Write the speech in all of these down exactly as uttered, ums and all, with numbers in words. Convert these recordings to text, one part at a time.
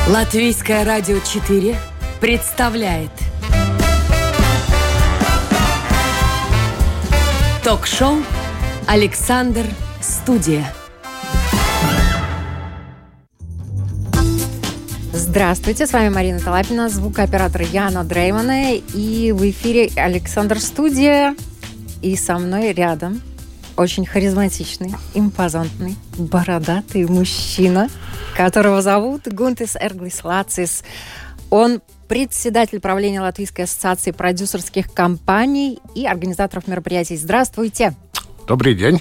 Латвийское радио четыре представляет ток-шоу «Александр Студия». Здравствуйте, с вами Марина Талапина, звукооператор Яна Дреймане, и в эфире Александр Студия, и со мной рядом очень харизматичный, импозантный, бородатый мужчина, которого зовут Гунтис Эрглис Лацис. Он председатель правления Латвийской ассоциации продюсерских компаний и организаторов мероприятий. Здравствуйте! Добрый день.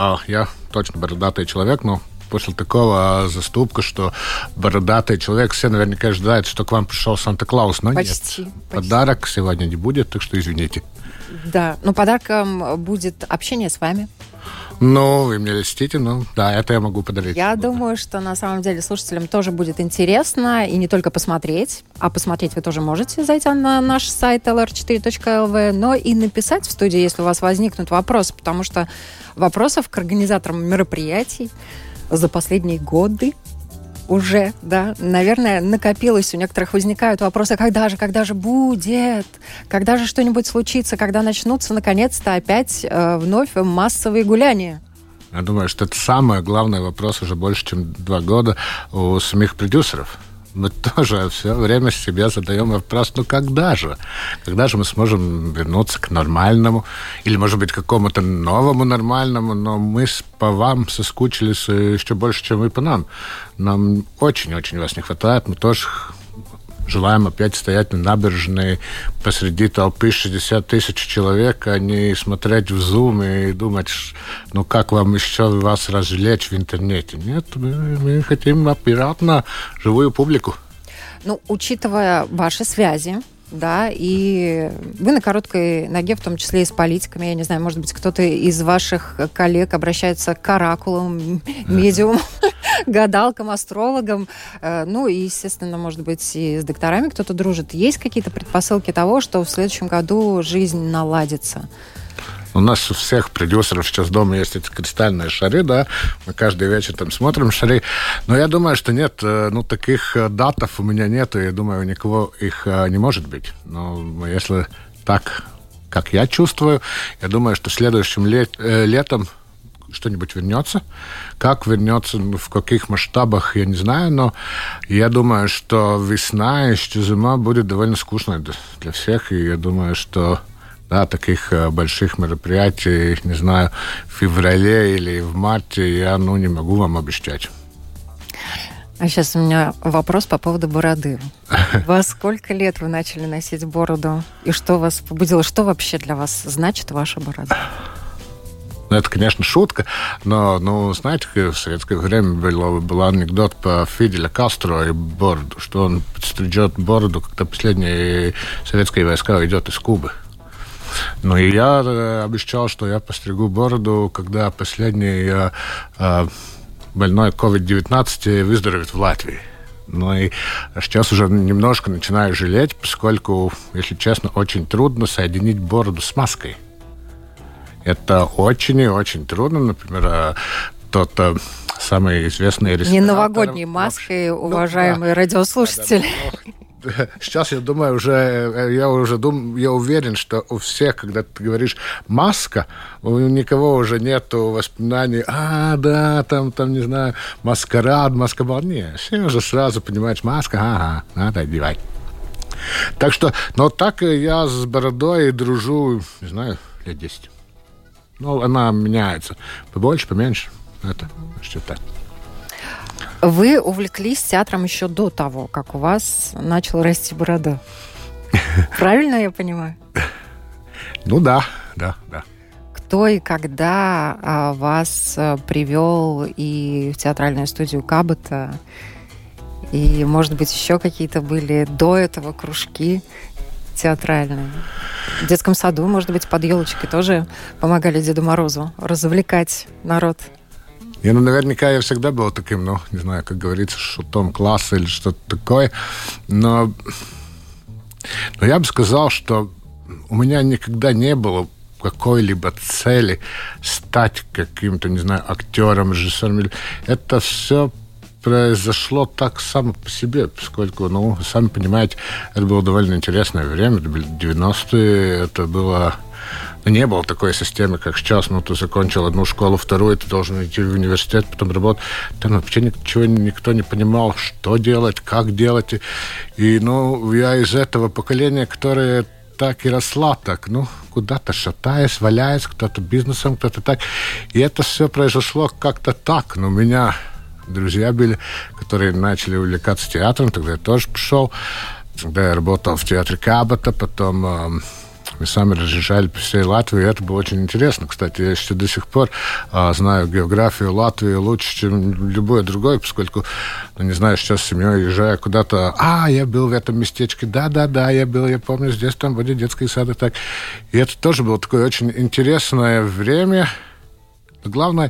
Я точно бородатый человек, но после такого заступка, что бородатый человек, все наверняка ожидают, что к вам пришел Санта-Клаус, но почти, нет. Почти. Подарок сегодня не будет, так что извините. Да, но подарком будет общение с вами. Ну, вы мне льстите, ну, да, это я могу подарить. Я думаю, что на самом деле слушателям тоже будет интересно, и не только посмотреть, а посмотреть вы тоже можете зайти на наш сайт эл эр четыре точка эл ви, но и написать в студии, если у вас возникнут вопросы, потому что вопросов к организаторам мероприятий за последние годы уже, да, наверное, накопилось. У некоторых возникают вопросы, когда же, когда же будет, когда же что-нибудь случится, когда начнутся, наконец-то, опять э, вновь массовые гуляния. Я думаю, что это самый главный вопрос уже больше, чем два года у самих продюсеров. Мы тоже все время себе задаем вопрос, ну когда же? Когда же мы сможем вернуться к нормальному? Или, может быть, к какому-то новому нормальному? Но мы по вам соскучились еще больше, чем вы по нам. Нам очень-очень вас не хватает. Мы тоже желаем опять стоять на набережной посреди толпы шестьдесят тысяч человек, а не смотреть в Zoom и думать, ну как вам еще вас развлечь в интернете. Нет, мы, мы хотим опирать на живую публику. Ну, учитывая ваши связи, да, и вы на короткой ноге, в том числе и с политиками, я не знаю, может быть, кто-то из ваших коллег обращается к оракулам, медиумам, гадалкам, астрологам, ну и, естественно, может быть, и с докторами кто-то дружит. Есть какие-то предпосылки того, что в следующем году жизнь наладится? У нас у всех продюсеров сейчас дома есть эти кристальные шары, да, мы каждый вечер там смотрим шары, но я думаю, что нет, ну, таких датов у меня нету, я думаю, у никого их не может быть. Но если так, как я чувствую, я думаю, что следующим лет, э, летом что-нибудь вернется. Как вернется, ну, в каких масштабах, я не знаю, но я думаю, что весна и еще зима будет довольно скучной для всех, и я думаю, что да, таких больших мероприятий, не знаю, в феврале или в марте я, ну, не могу вам обещать. А сейчас у меня вопрос по поводу бороды. Во сколько лет вы начали носить бороду? И что вас побудило? Что вообще для вас значит ваша борода? Ну, это, конечно, шутка, но, ну, знаете, в советское время был, был анекдот по Фиделю Кастро и бороду, что он подстрижет бороду, когда последние советские войска уйдет из Кубы. Ну, и я обещал, что я постригу бороду, когда последний э, э, больной ковид девятнадцать выздоровеет в Латвии. Ну, и сейчас уже немножко начинаю жалеть, поскольку, если честно, очень трудно соединить бороду с маской. Это очень и очень трудно. Например, тот э, самый известный ресторатор... Не новогодней маской, уважаемые ну, да, радиослушатели. Да, да, сейчас я думаю, уже я уже дум, я уверен, что у всех, когда ты говоришь маска, у никого уже нету воспоминаний, а, да, там, там, не знаю, маскарад, маскабал. Нет, все уже сразу понимают, маска, ага, надо одевать. Так что, но так я с бородой дружу, не знаю, лет десять. Ну, она меняется. Побольше, поменьше. Это что так. Вы увлеклись театром еще до того, как у вас начала расти борода. Правильно я понимаю? Ну да, да, да. Кто и когда а, вас а, привел и в театральную студию Кабата, и, может быть, еще какие-то были до этого кружки театральные? В детском саду, может быть, под елочкой тоже помогали Деду Морозу развлекать народ? Не, ну, наверняка я всегда был таким, ну, не знаю, как говорится, шутом класса или что-то такое. Но, но я бы сказал, что у меня никогда не было какой-либо цели стать каким-то, не знаю, актером, режиссером. Это все произошло так само по себе, поскольку, ну, сами понимаете, это было довольно интересное время, это были девяностые, это было... Не было такой системы, как сейчас. Ну, ты закончил одну школу, вторую, ты должен идти в университет, потом работать. Там вообще ничего никто не понимал, что делать, как делать. И, ну, я из этого поколения, которое так и росла, так, ну, куда-то шатаясь, валяясь, кто-то бизнесом, кто-то так. И это все произошло как-то так. Но у меня друзья были, которые начали увлекаться театром, тогда я тоже пошел. Тогда я работал в театре Кабата, потом... Мы сами разъезжали по всей Латвии, и это было очень интересно. Кстати, я еще до сих пор а, знаю географию Латвии лучше, чем любой другой, поскольку, ну, не знаю, сейчас с семьей езжая куда-то, а, я был в этом местечке, да-да-да, я был, я помню, здесь там были детские сады, так. И это тоже было такое очень интересное время. Но главное,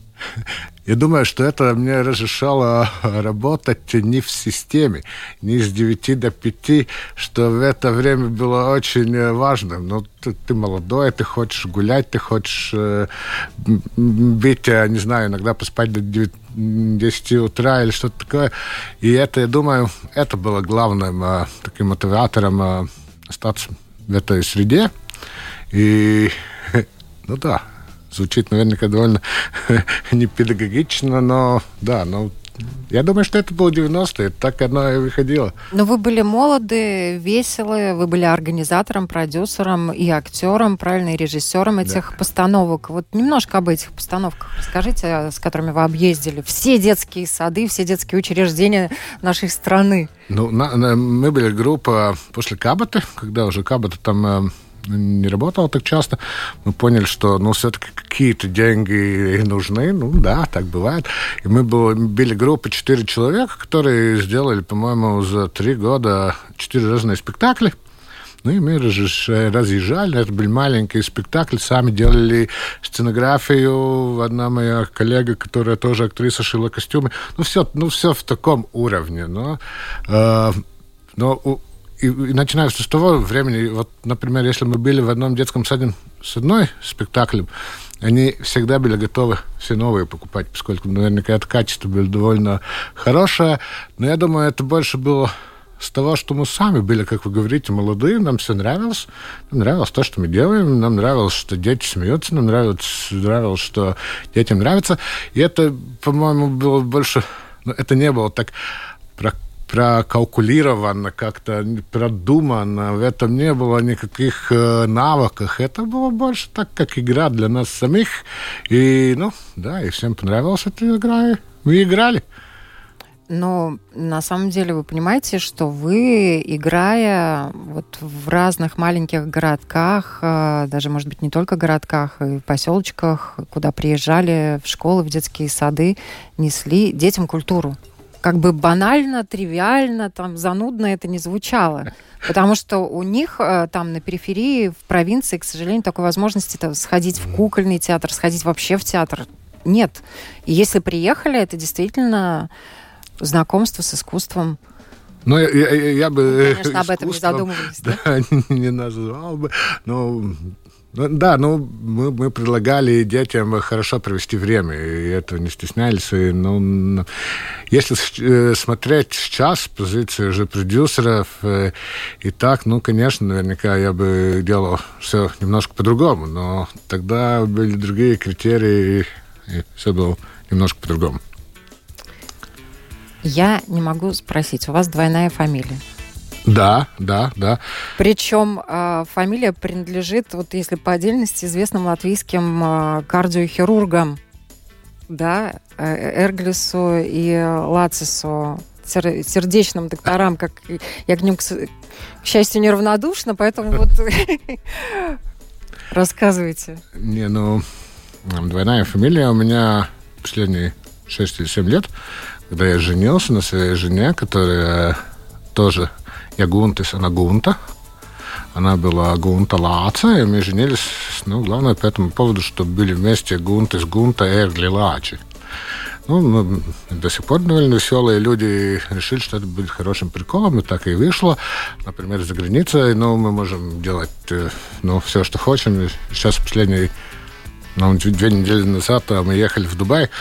я думаю, что это мне разрешало работать не в системе, не с девяти до пяти, что в это время было очень важно. Ну, ты, ты молодой, ты хочешь гулять, ты хочешь э, быть, не знаю, иногда поспать до десяти утра или что-то такое. И это, я думаю, это было главным э, таким мотиватором э, остаться в этой среде. И, ну да, звучит, наверное, довольно не педагогично, но да, ну, я думаю, что это было девяностые, так оно и выходило. Но вы были молоды, веселые, вы были организатором, продюсером и актером, правильно, и режиссером этих да. постановок. Вот немножко об этих постановках расскажите, с которыми вы объездили все детские сады, все детские учреждения нашей страны. Ну, на, на, мы были группа после Кабаты, когда уже Кабата там... не работал так часто, мы поняли, что, ну, все-таки какие-то деньги нужны, ну, да, так бывает. И мы были группа четыре человека, которые сделали, по-моему, за три года четыре разные спектакля. Ну, и мы разъезжали, это были маленькие спектакли, сами делали сценографию. Одна моя коллега, которая тоже актриса, шила костюмы. Ну, все, ну, все в таком уровне. Но, э, но И, и начиная с того времени, вот, например, если мы были в одном детском саде с одной спектаклем, они всегда были готовы все новые покупать, поскольку, наверняка, это качество было довольно хорошее. Но я думаю, это больше было с того, что мы сами были, как вы говорите, молодые, нам все нравилось. Нам нравилось то, что мы делаем, нам нравилось, что дети смеются, нам нравилось, нравилось что детям нравится. И это, по-моему, было больше... Ну, это не было так... прокалькулировано, как-то продумано. В этом не было никаких э, навыков. Это было больше так, как игра для нас самих. И, ну, да, и всем понравилась эта игра. И мы играли. Но на самом деле вы понимаете, что вы, играя вот в разных маленьких городках, даже, может быть, не только городках, и в поселочках, куда приезжали в школы, в детские сады, несли детям культуру. Как бы банально, тривиально, там, занудно это не звучало. Потому что у них там на периферии, в провинции, к сожалению, такой возможности сходить в кукольный театр, сходить вообще в театр нет. И если приехали, это действительно знакомство с искусством. Ну, я, я, я бы... Конечно, об этом не задумывались, да? Да, не назвал бы. Но... Ну, да, ну, мы, мы предлагали детям хорошо провести время, и этого не стеснялись. И, ну, если э, смотреть сейчас с позиции уже продюсеров, э, и так, ну, конечно, наверняка я бы делал все немножко по-другому, но тогда были другие критерии, и все было немножко по-другому. Я не могу спросить, у вас двойная фамилия? Да, да, да. Причем э, фамилия принадлежит, вот если по отдельности, известным латвийским э, кардиохирургам, да, э, Эрглису и Лацису, сер- сердечным докторам, как я к ним, к, к счастью, неравнодушна, поэтому вот рассказывайте. Не, ну, двойная фамилия у меня последние шесть или семь лет, когда я женился на своей жене, которая тоже... Я Гунтис, она Гунта. Она была Гунта Лаца, и мы женились, ну, главное, по этому поводу, что были вместе Гунтис, Гунта, Эргли, Лачи. Ну, мы до сих пор довольно веселые люди, решили, что это будет хорошим приколом, и так и вышло. Например, за границей, ну, мы можем делать, ну, все, что хотим. Сейчас последние, ну, две недели назад мы ехали в Дубай,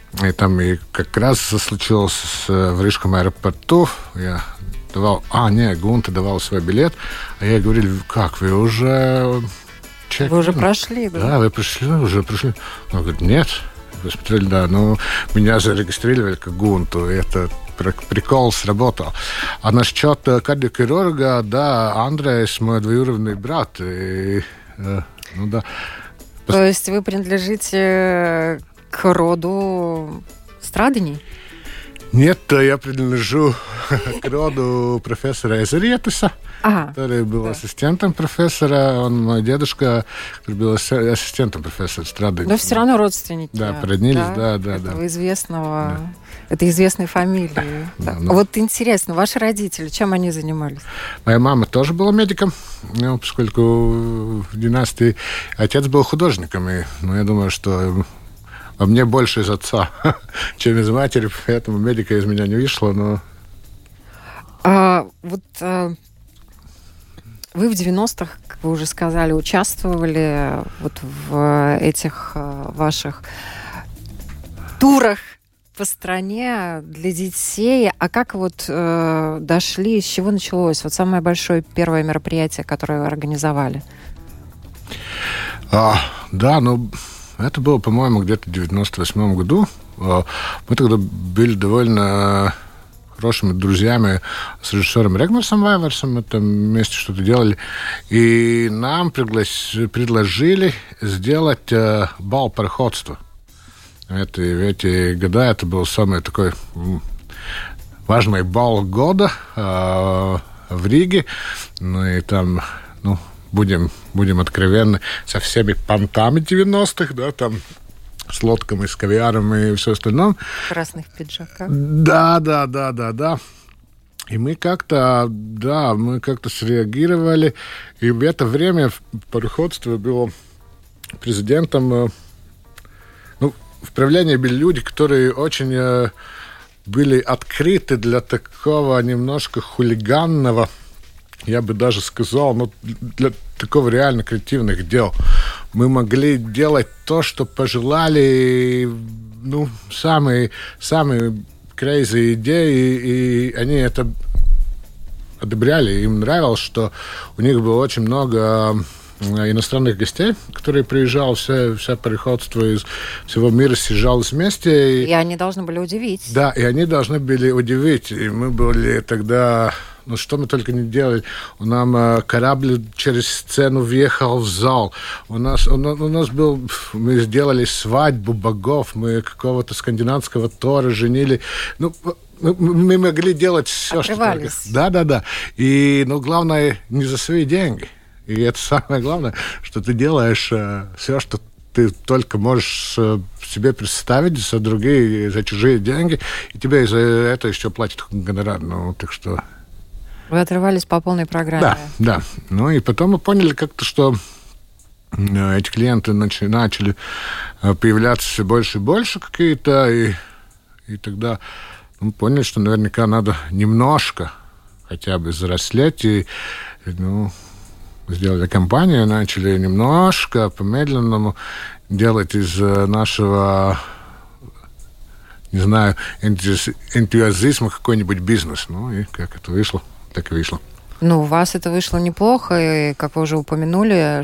И там и как раз случилось в Рижском аэропорту. Я давал... А, не, Гунта давал свой билет. А я говорил, как, вы уже... Чек... Вы уже прошли, да? Да, вы пришли, уже пришли. Он говорит, нет. Посмотрели, да, ну, меня зарегистрировали как Гунту, и это прикол сработал. А насчет кардиохирурга, да, Андрейс мой двоюродный брат. И, ну, да. То есть вы принадлежите к роду Страдани? Нет, я принадлежу к роду профессора Эзериетиса, ага, который был да. ассистентом профессора. Он мой дедушка, который был ассистентом профессора Страдани. Но все равно родственники. Да, породнились, да, да, этого да. известного, да. Это известной фамилии. Да. Да. Ну. Вот интересно, ваши родители, чем они занимались? Моя мама тоже была медиком, ну, поскольку в династии отец был художником. И, ну, я думаю, что... А мне больше из отца, чем из матери, поэтому медика из меня не вышло, но... А, вот а, вы в девяностых, как вы уже сказали, участвовали вот в этих а, ваших турах по стране для детей. А как вот э, дошли, с чего началось? Вот самое большое первое мероприятие, которое вы организовали. А, да, ну... Это было, по-моему, где-то в девяносто восьмом году. Мы тогда были довольно хорошими друзьями с режиссером Регнарсом Вайварсом. Мы там вместе что-то делали. И нам приглас... предложили сделать э, бал пароходства. Это, в эти года это был самый такой важный бал года э, в Риге. Ну и там... ну, Будем, будем откровенны, со всеми понтами девяностых, да, там, с лодками, с кавиаром и все остальное. В красных пиджаках. Да, да, да, да, да. И мы как-то, да, мы как-то среагировали. И в это время пароходство было президентом... Ну, в правлении были люди, которые очень были открыты для такого немножко хулиганного, я бы даже сказал, ну, для такого реально креативных дел. Мы могли делать то, что пожелали, ну, самые, самые crazy идеи, и они это одобряли. Им нравилось, что у них было очень много иностранных гостей, которые приезжали, все, все пароходство из всего мира съезжалось вместе. И... и они должны были удивить. Да, и они должны были удивить. И мы были тогда... Ну, что мы только не делали. У нас э, корабль через сцену въехал в зал. У нас, у, у нас был... Мы сделали свадьбу богов. Мы какого-то скандинавского Тора женили. Ну, мы, мы могли делать все, что только... Да, да, да. И, ну, главное, не за свои деньги. И это самое главное, что ты делаешь э, все, что ты только можешь э, себе представить за другие, за чужие деньги. И тебе за это еще платят гонорар. Ну, так что... Вы отрывались по полной программе. Да, да. Ну и потом мы поняли как-то, что эти клиенты начали, начали появляться все больше и больше какие-то, и, и тогда мы поняли, что наверняка надо немножко хотя бы взрослеть, и ну, сделали компанию, начали немножко по-медленному делать из нашего, не знаю, энтузиазма какой-нибудь бизнес. Ну и как это вышло. Так и вышло. Ну, у вас это вышло неплохо, и, как вы уже упомянули,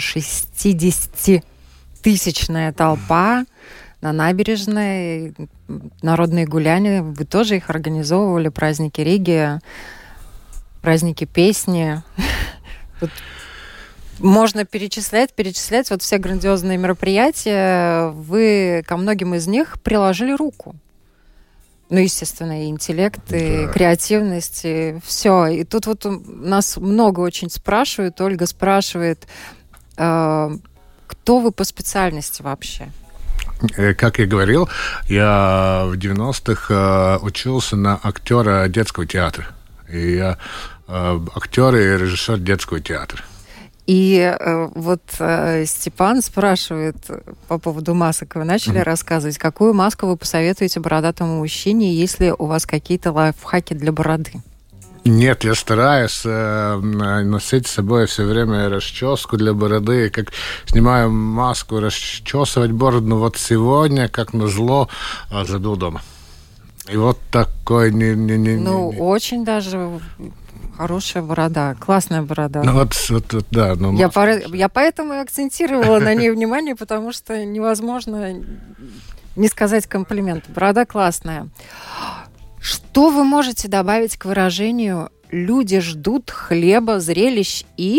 шестидесятитысячная толпа на набережной, народные гуляния, вы тоже их организовывали, праздники Риги, праздники песни. Тут можно перечислять, перечислять вот все грандиозные мероприятия. Вы ко многим из них приложили руку. Ну, естественно, и интеллект, и да. креативность, и все. И тут вот нас много очень спрашивают. Ольга спрашивает, э, кто вы по специальности вообще? Как я говорил, я в девяностых э, учился на актера детского театра. И я э, актер и режиссер детского театра. И э, вот э, Степан спрашивает по поводу масок. Вы начали mm-hmm. рассказывать, какую маску вы посоветуете бородатому мужчине, если у вас какие-то лайфхаки для бороды? Нет, я стараюсь э, носить с собой все время расческу для бороды. Как снимаю маску, расчесывать бороду. Но вот сегодня, как назло, забыл дома. И вот такой... Не, не, не, ну, не, не. очень даже... Хорошая борода, классная борода. Ну вот, вот, вот да. Ну, я, по, я поэтому и акцентировала на ней внимание, потому что невозможно не сказать комплимент. Борода классная. Что вы можете добавить к выражению «люди ждут хлеба, зрелищ и...»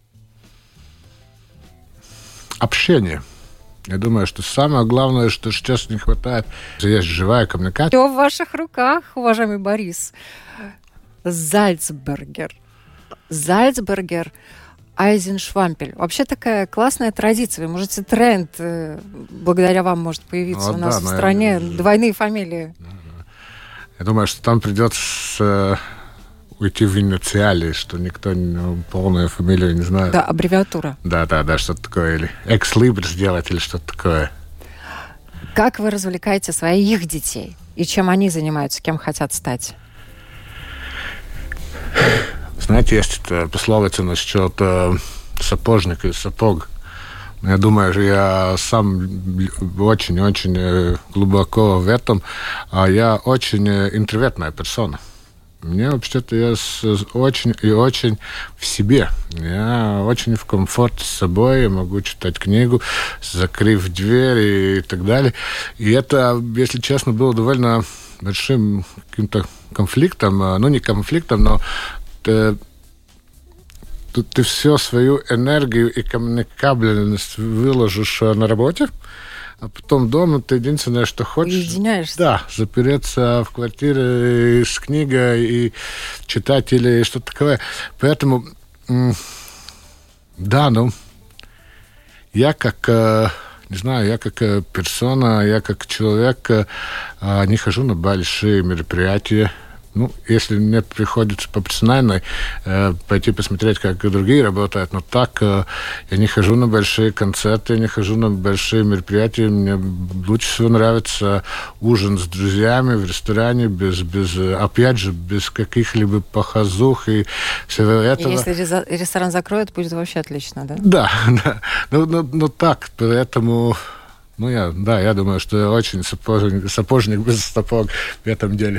Общение. Я думаю, что самое главное, что сейчас не хватает, есть живая коммуникация. Все в ваших руках, уважаемый Борис. Зальцбергер. Зальцбергер Айзеншвампель. Вообще такая классная традиция. Вы можете тренд, благодаря вам может появиться ну, у нас да, в стране я... двойные фамилии. Я думаю, что там придется уйти в инициали, что никто ну, полную фамилию не знает. Да, аббревиатура. Да, да, да, что-то такое. Или экс-либр сделать, или что-то такое. Как вы развлекаете своих детей? И чем они занимаются, кем хотят стать? Знаете, есть эта пословица насчет э, сапожника и сапог. Я думаю, что я сам очень-очень глубоко в этом. А я очень интровертная персона. Мне вообще-то я очень и очень в себе. Я очень в комфорте с собой. Я могу читать книгу, закрыв дверь и так далее. И это, если честно, было довольно большим каким-то конфликтом. Ну, не конфликтом, но ты, ты всю свою энергию и коммуникабельность выложишь на работе, а потом дома ты единственное, что хочешь... Уединяешься. Да, запереться в квартире с книгой и читать или что-то такое. Поэтому, да, ну, я как, не знаю, я как персона, я как человек не хожу на большие мероприятия. Ну, если мне приходится по профессиональной э, пойти посмотреть, как другие работают, но так э, я не хожу на большие концерты, не хожу на большие мероприятия. Мне лучше всего нравится ужин с друзьями в ресторане, без, без, опять же, без каких-либо похозух и всего этого. И если ресторан закроют, будет вообще отлично, да? Да, да. Ну, ну, ну так, поэтому... Ну, я, да, я думаю, что я очень сапожник, сапожник без сапог в этом деле.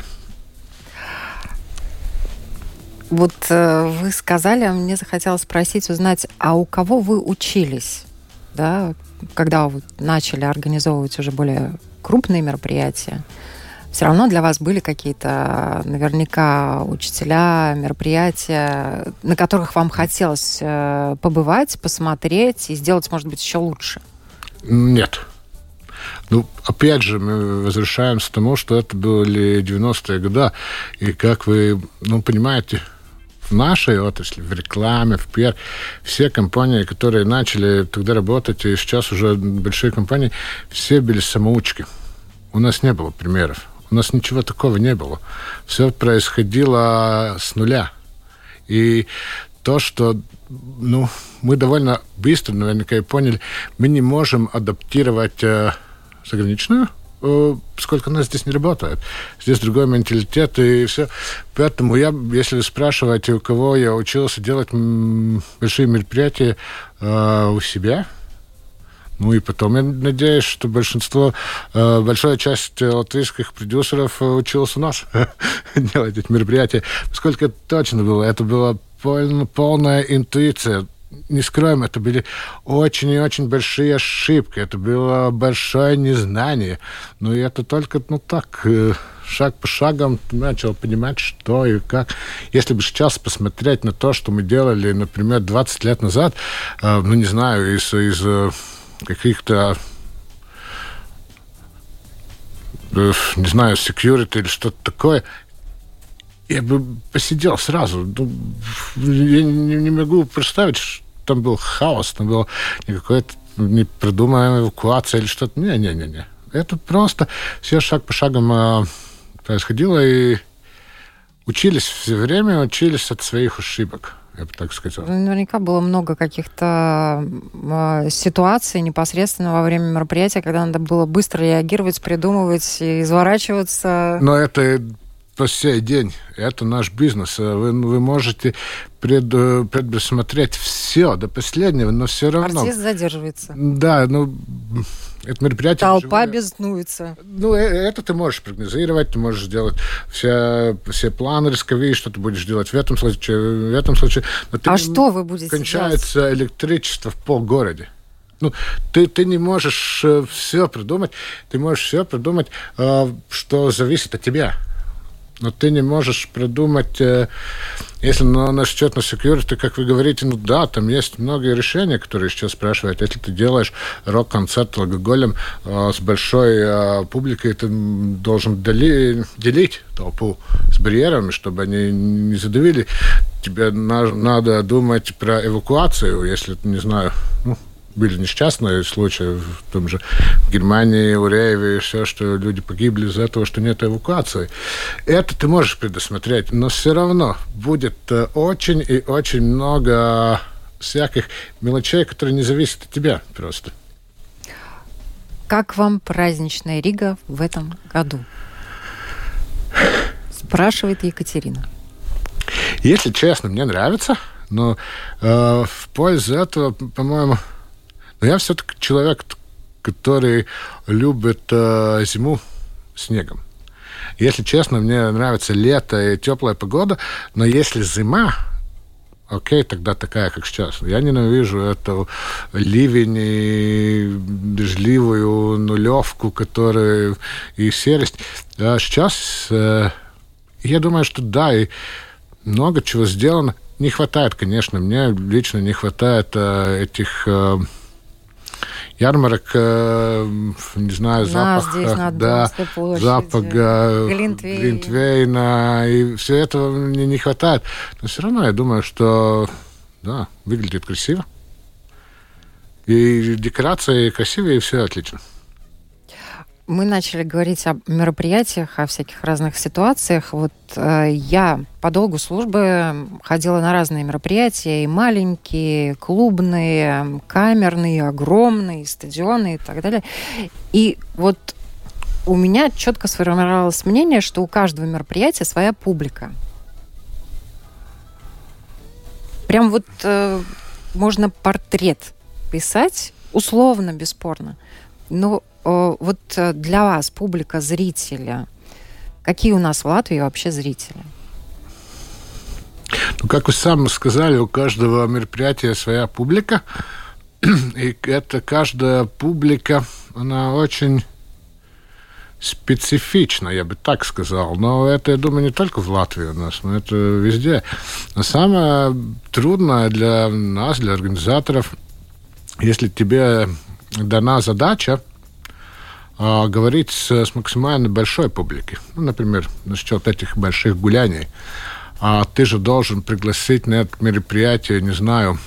Вот э, вы сказали, а мне захотелось спросить, узнать, а у кого вы учились, да, когда вы начали организовывать уже более крупные мероприятия? Все равно для вас были какие-то, наверняка, учителя, мероприятия, на которых вам хотелось э, побывать, посмотреть и сделать, может быть, еще лучше? Нет. Ну, опять же, мы возвращаемся к тому, что это были девяностые годы, и как вы, ну, понимаете, в нашей отрасли, в рекламе, в пиар, все компании, которые начали тогда работать, и сейчас уже большие компании, все были самоучки. У нас не было примеров, у нас ничего такого не было. Все происходило с нуля. И то, что ну, мы довольно быстро, наверняка, и поняли, мы не можем адаптировать э, заграничную, сколько нас здесь не работает. Здесь другой менталитет и все. Поэтому я, если вы спрашиваете, у кого я учился делать м- большие мероприятия э, у себя, ну и потом я надеюсь, что большинство, э, большая часть латвийских продюсеров училась у нас делать эти мероприятия. Поскольку это точно было, это была пол- полная интуиция. Не скроем, это были очень и очень большие ошибки, это было большое незнание. Но это только, ну так, шаг по шагам начал понимать, что и как. Если бы сейчас посмотреть на то, что мы делали, например, двадцать лет назад, ну, не знаю, из, из каких-то, не знаю, security или что-то такое, я бы посидел сразу. Я не, не могу представить, что там был хаос, там была никакая непродуманная эвакуация или что-то. Не-не-не. Это просто все шаг по шагам э, происходило, и учились все время, учились от своих ошибок, я бы так сказал. Наверняка было много каких-то э, ситуаций непосредственно во время мероприятия, когда надо было быстро реагировать, придумывать и изворачиваться. Но это по сей день. Это наш бизнес. Вы, вы можете пред, предусмотреть все до последнего, но все равно... Артист задерживается. Да, ну... Это мероприятие... Толпа живое. беснуется. Ну, это ты можешь прогнозировать, ты можешь сделать все, все планы рисковые, что ты будешь делать в этом случае, в этом случае. Но а что вы будете кончается делать? Электричество в полгороде. Ну, ты, ты не можешь все придумать, ты можешь все придумать, что зависит от тебя. Но ты не можешь придумать, если насчет на security, как вы говорите, ну да, там есть многие решения, которые сейчас спрашивают. Если ты делаешь рок-концерт алкоголем с большой публикой, ты должен дели, делить толпу с барьерами, чтобы они не задавили. Тебе на, надо думать про эвакуацию, если, не знаю, ну, были несчастные случаи в том же в Германии, у Рейве, все, что люди погибли из-за того, что нет эвакуации. Это ты можешь предусмотреть, но все равно будет очень и очень много всяких мелочей, которые не зависят от тебя просто. Как вам праздничная Рига в этом году? Спрашивает Екатерина. Если честно, мне нравится, но э, в пользу этого, по-моему... Но я все-таки человек, который любит э, зиму снегом. Если честно, мне нравится лето и теплая погода, но если зима, окей, тогда такая, как сейчас. Я ненавижу эту ливень и дождливую нулевку, которая и серость. А сейчас э, я думаю, что да, и много чего сделано. Не хватает, конечно, мне лично не хватает э, этих... Э, ярмарок, не знаю, запах, да, запах Глинтвейна. Глинтвейна, и все этого мне не хватает. Но все равно я думаю, что да, выглядит красиво. И декорации красивые, и все отлично. Мы начали говорить о мероприятиях, о всяких разных ситуациях. Вот э, я по долгу службы ходила на разные мероприятия, и маленькие, клубные, камерные, огромные, стадионы и так далее. И вот у меня четко сформировалось мнение, что у каждого мероприятия своя публика. Прям вот э, можно портрет писать, условно, бесспорно. Но вот для вас, публика, зрителя, какие у нас в Латвии вообще зрители? Ну, как вы сами сказали, у каждого мероприятия своя публика. И это каждая публика, она очень специфична, я бы так сказал. Но это, я думаю, не только в Латвии у нас, но это везде. Но самое трудное для нас, для организаторов, если тебе дана задача говорить с, с максимально большой публикой. Ну, например, насчет этих больших гуляний. А ты же должен пригласить на это мероприятие, не знаю,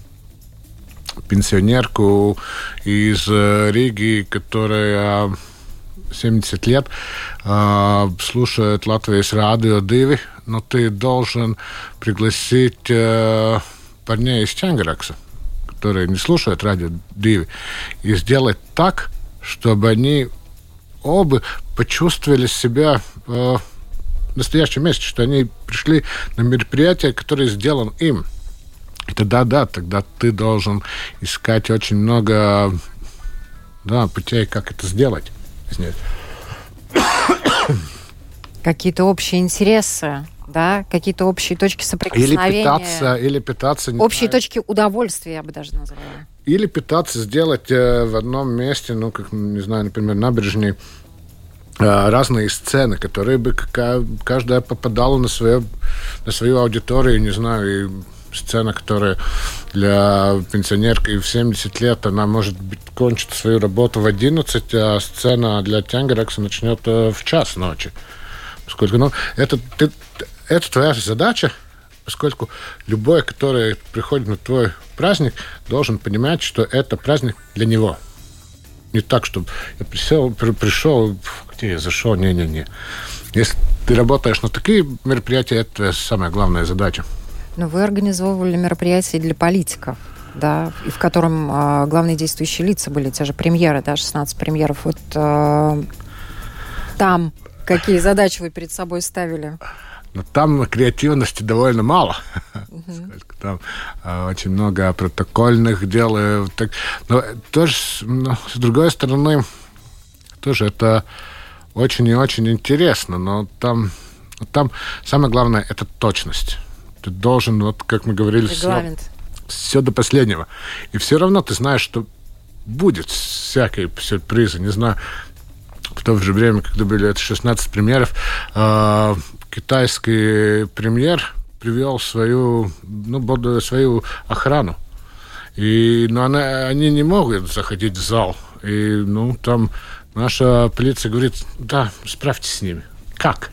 пенсионерку из Риги, которая семьдесят лет э, слушает Латвийс радио два, но ты должен пригласить э, парней из Чангеракса, которые не слушают радио два, и сделать так, чтобы они оба почувствовали себя э, в настоящем месте, что они пришли на мероприятие, которое сделано им. И тогда, да, тогда ты должен искать очень много да, путей, как это сделать. Какие-то общие интересы, да, какие-то общие точки соприкосновения. Или питаться, или питаться. Общие знаю. точки удовольствия, я бы даже назвала. Или питаться сделать э, в одном месте, ну, как, не знаю, например, набережной, э, разные сцены, которые бы какая, каждая попадала на свою, на свою аудиторию, не знаю, и сцена, которая для пенсионерки в семьдесят лет, она может быть кончит свою работу в одиннадцать, а сцена для Тянгеракса начнет э, в час ночи. Поскольку, ну, это, ты, это твоя задача, поскольку любой, который приходит на твой праздник, должен понимать, что это праздник для него. Не так, чтобы я присел, при, пришел, где я зашел, не-не-не. Если ты работаешь на такие мероприятия, это самая главная задача. Но вы организовывали мероприятия для политиков, да, и в котором э, главные действующие лица были те же премьеры, да, шестнадцать премьеров. Вот э, там Какие задачи вы перед собой ставили? Но там креативности довольно мало. Uh-huh. Там э, очень много протокольных дел. Э, так, но тоже, ну, с другой стороны, тоже это очень и очень интересно. Но там, там самое главное – это точность. Ты должен, вот как мы говорили, все, все до последнего. И все равно ты знаешь, что будет всякие сюрпризы. Не знаю, в то же время, когда были это шестнадцать премьеров, э, китайский премьер привел свою, ну, свою охрану. И, но она, они не могут заходить в зал. И, ну, там наша полиция говорит, да, справьтесь с ними. Как?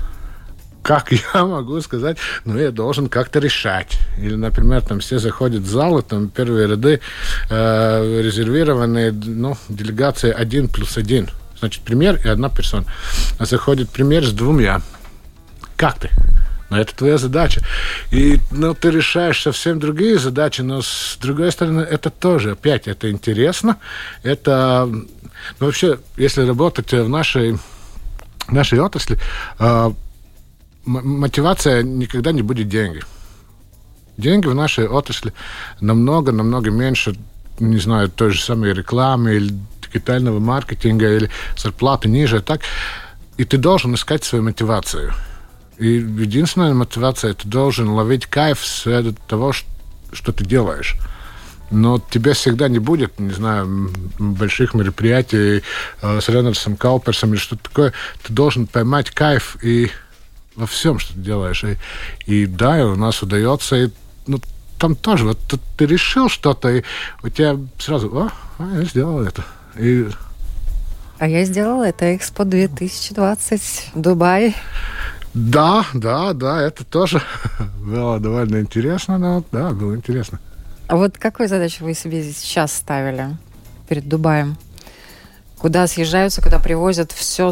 Как я могу сказать? Ну, я должен как-то решать. Или, например, там все заходят в зал, и там первые ряды э, резервированные, ну, делегация один плюс один. Значит, премьер и одна персона. А заходит премьер с двумя. Как ты? Но это твоя задача. И, ну, ты решаешь совсем другие задачи, но, с другой стороны, это тоже, опять, это интересно. Это, ну, вообще, если работать в нашей, нашей отрасли, э, мотивация никогда не будет деньги. Деньги в нашей отрасли намного-намного меньше, не знаю, той же самой рекламы или дигитального маркетинга, или зарплаты ниже, так. И ты должен искать свою мотивацию. И единственная мотивация, ты должен ловить кайф с того, что ты делаешь. Но тебе всегда не будет, не знаю, больших мероприятий э, с Рейнольдсом Кауперсом или что-то такое. Ты должен поймать кайф и во всем, что ты делаешь. И, и да, и у нас удается. И, ну, там тоже, вот ты, ты решил что-то, и у тебя сразу, о, а, я сделал это. И... А я сделала это Экспо две тысячи двадцать в Дубае. Да, да, да, это тоже было довольно интересно, но да, было интересно. А вот какую задачу вы себе сейчас ставили перед Дубаем? Куда съезжаются, куда привозят все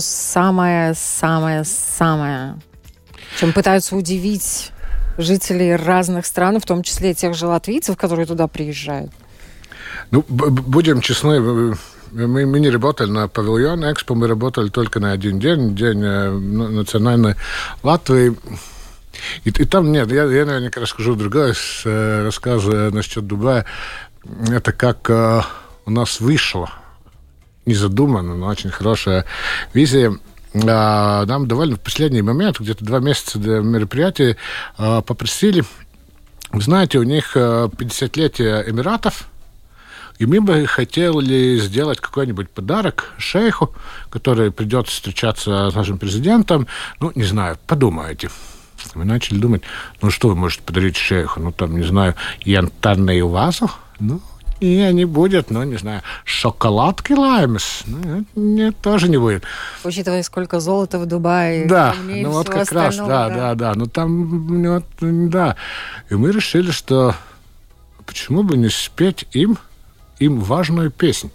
самое-самое-самое, чем пытаются удивить жителей разных стран, в том числе тех же латвийцев, которые туда приезжают? Ну, б- будем честны, мы, мы не работали на павильон Экспо, мы работали только на один день, день э, национальной Латвии. И, и там нет, я, я наверняка расскажу другой э, рассказ э, насчет Дубая. Это как э, у нас вышло, не задумано, но очень хорошая визия. Э, нам довольно в последний момент, где-то два месяца до мероприятия, э, попросили, вы знаете, у них пятидесятилетие Эмиратов, и мы бы хотели сделать какой-нибудь подарок шейху, который придет встречаться с нашим президентом. Ну, не знаю, подумайте. Мы начали думать, ну, что вы можете подарить шейху? Ну, там, не знаю, янтарную вазу? Ну, и не будет, ну, не знаю, шоколадки лаймес? Ну, нет, тоже не будет. Учитывая, сколько золота в Дубае. Да, ну, вот как раз, да, да, да, да. Ну, там, вот, да. И мы решили, что почему бы не спеть им им важную песню.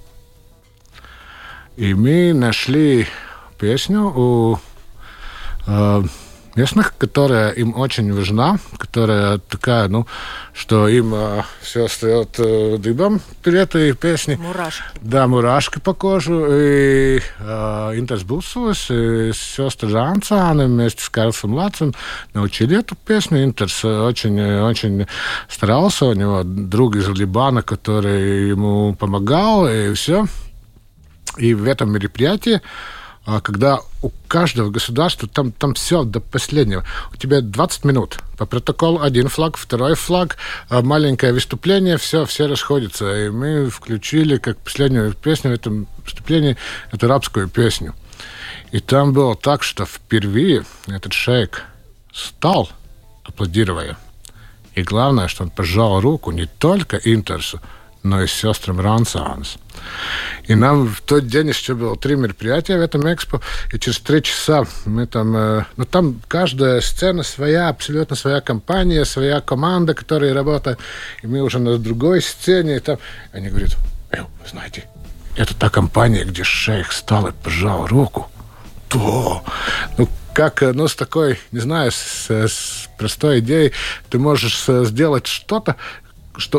И мы нашли песню у э, местных, которая им очень важна, которая такая, ну, что им э, все встает э, дыбом перед этой песней. Мурашки. Да, мурашки по кожу. И э, Интерс Бусовс и сестры Жанцаны вместе с Карлсом Лацем научили эту песню. Интерс очень, очень старался. У него друг из Либана, который ему помогал, и все. И в этом мероприятии, когда у каждого государства, там, там все до последнего. У тебя двадцать минут. По протоколу один флаг, второй флаг, маленькое выступление, все, все расходятся. И мы включили, как последнюю песню в этом выступлении, эту арабскую песню. И там было так, что впервые этот шейх встал, аплодируя. И главное, что он пожал руку не только Интерсу, но и сестрам Рансанс. И нам в тот день еще было три мероприятия в этом Экспо, и через три часа мы там... Э, ну, там каждая сцена своя, абсолютно своя компания, своя команда, которая работает. И мы уже на другой сцене, и там... Они говорят, э, вы знаете, это та компания, где шейх встал и пожал руку. То... Ну, как, ну, с такой, не знаю, с, с простой идеей ты можешь сделать что-то, что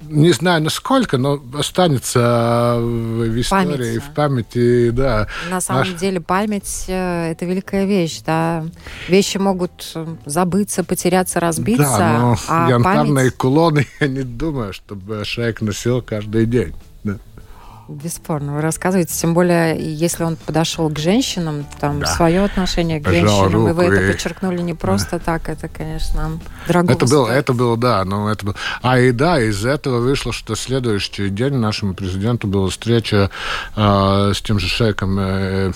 не знаю, насколько, но останется в истории, памяти. в памяти, да. На самом Наш... деле память – это великая вещь, да. Вещи могут забыться, потеряться, разбиться. Да, но а янтарные память... кулоны, я не думаю, чтобы человек носил каждый день. Да. Бесспорно, вы рассказываете, тем более, если он подошел к женщинам, там, да. свое отношение к Пожал женщинам, и вы это и... подчеркнули не просто да. так, это, конечно, дорого это было, это было, да, но это было. А и да, из этого вышло, что следующий день нашему президенту была встреча э, с тем же шейхом э,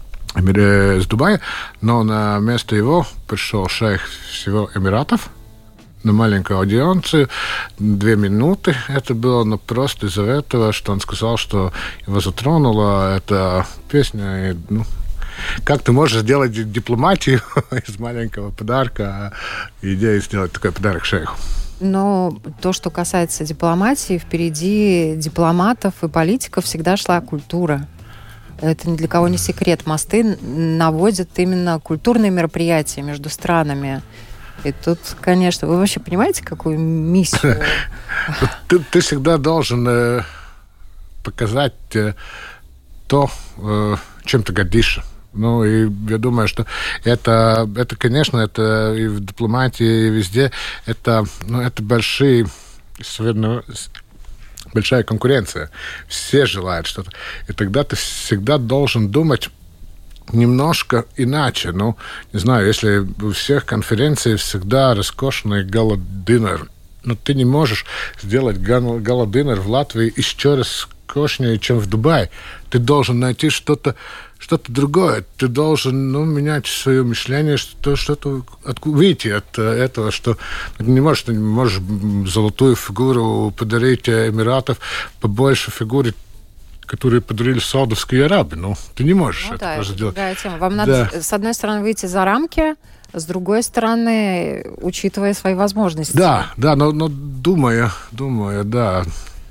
из Дубая, но на место его пришел шейх всего Эмиратов, на маленькую аудиенцию, две минуты это было, но просто из-за этого, что он сказал, что его затронула эта песня, и, ну, как ты можешь сделать дипломатию из маленького подарка, идея сделать такой подарок шейху? Но то, что касается дипломатии, впереди дипломатов и политиков всегда шла культура. Это ни для кого не секрет. Мосты наводят именно культурные мероприятия между странами. И тут, конечно, вы вообще понимаете, какую миссию? Ты, ты всегда должен э, показать э, то, э, чем ты гордишься. Ну, и я думаю, что это, это, конечно, это и в дипломатии, и везде, это, ну, это большие, особенно большая конкуренция. Все желают что-то. И тогда ты всегда должен думать немножко иначе. Ну, не знаю, если у всех конференций всегда роскошный гала-динер, но ты не можешь сделать гала-динер в Латвии еще роскошнее, чем в Дубае. Ты должен найти что-то, что-то другое. Ты должен, ну, менять свое мышление, что, что-то от, выйти от этого, что ты не можешь, ты не можешь золотую фигуру подарить Эмиратов, побольше фигуры, которые подарили Саудовской Аравии. Ну, ты не можешь ну, это да, просто это делать. другая тема. Вам надо, да. с одной стороны, выйти за рамки, с другой стороны, учитывая свои возможности. Да, да, но, но думая, думая, да.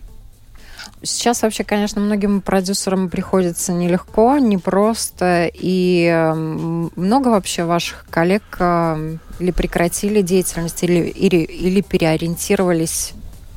Сейчас вообще, конечно, многим продюсерам приходится нелегко, непросто. И много вообще ваших коллег или прекратили деятельность, или, или, или переориентировались?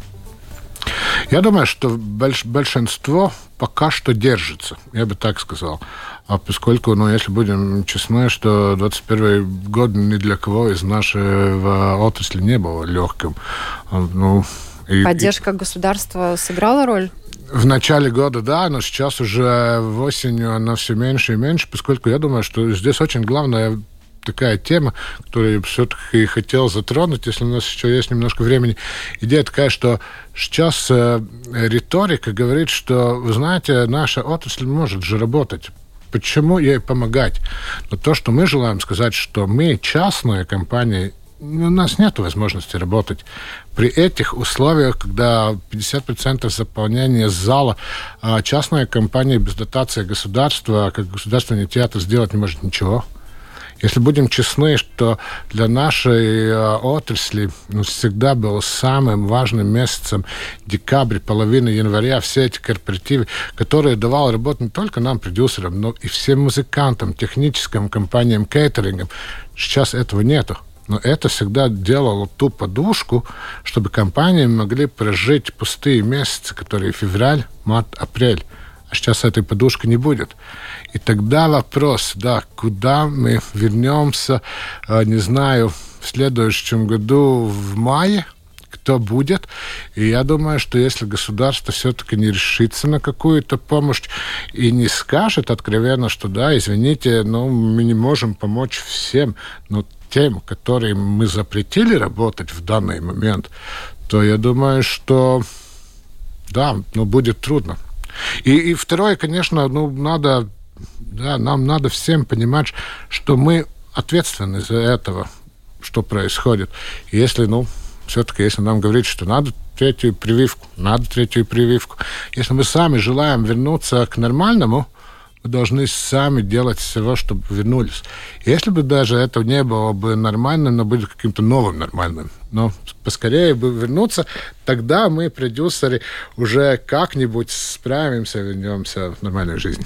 Я думаю, что больш- большинство пока что держится, я бы так сказал. А поскольку, ну, если будем честны, что двадцать первый год ни для кого из нашего отрасли не был легким. Ну, и, Поддержка и... государства сыграла роль? В начале года, да, но сейчас уже осенью она все меньше и меньше, поскольку я думаю, что здесь очень главное такая тема, которую я все-таки хотел затронуть, если у нас еще есть немножко времени. Идея такая, что сейчас э, риторика говорит, что, вы знаете, наша отрасль может же работать. Почему ей помогать? Но то, что мы желаем сказать, что мы, частные компании, у нас нет возможности работать. При этих условиях, когда пятьдесят процентов заполнения зала, частная компания без дотации государства, как государственный театр, сделать не может ничего. Если будем честны, что для нашей э, отрасли, ну, всегда был самым важным месяцем декабрь, половина января, все эти корпоративы, которые давали работу не только нам, продюсерам, но и всем музыкантам, техническим компаниям, кейтерингам. Сейчас этого нету. Но это всегда делало ту подушку, чтобы компании могли прожить пустые месяцы, которые февраль, март, апрель. А сейчас этой подушки не будет. И тогда вопрос, да, куда мы вернемся, не знаю, в следующем году в мае, кто будет. И я думаю, что если государство все-таки не решится на какую-то помощь и не скажет откровенно, что да, извините, но мы не можем помочь всем, но тем, которым мы запретили работать в данный момент, то я думаю, что да, ну, будет трудно. И, и второе, конечно, ну, надо, да, нам надо всем понимать, что мы ответственны за этого, что происходит. И если, ну, все-таки, если нам говорить, что надо третью прививку, надо третью прививку. Если мы сами желаем вернуться к нормальному, мы должны сами делать всего, чтобы вернулись. Если бы даже это не было бы нормальным, но будет каким-то новым нормальным, но поскорее бы вернуться, тогда мы, продюсеры, уже как-нибудь справимся, вернемся в нормальную жизнь.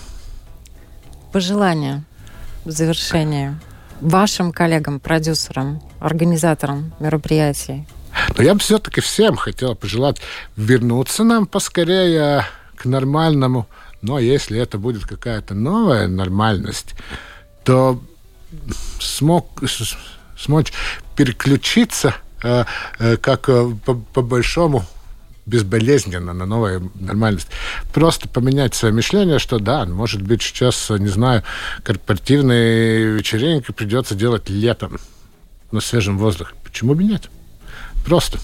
Пожелания в завершение вашим коллегам, продюсерам, организаторам мероприятий? Но я бы все-таки всем хотел пожелать вернуться нам поскорее к нормальному. Но если это будет какая-то новая нормальность, то смог, смочь переключиться э, э, как э, по, по большому безболезненно на новую нормальность. Просто поменять свое мышление, что да, может быть, сейчас, не знаю, корпоративные вечеринки придется делать летом на свежем воздухе. Почему бы нет? Просто.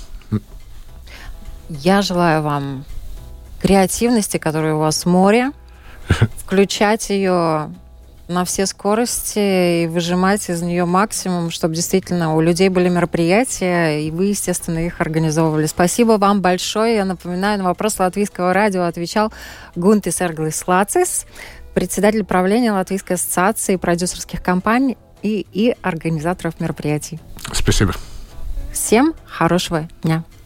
Я желаю вам креативности, которая у вас море, включать ее на все скорости и выжимать из нее максимум, чтобы действительно у людей были мероприятия, и вы, естественно, их организовывали. Спасибо вам большое. Я напоминаю, на вопрос Латвийского радио отвечал Гунтис Эрглис Лацис, председатель правления Латвийской ассоциации продюсерских компаний и, и организаторов мероприятий. Спасибо. Всем хорошего дня.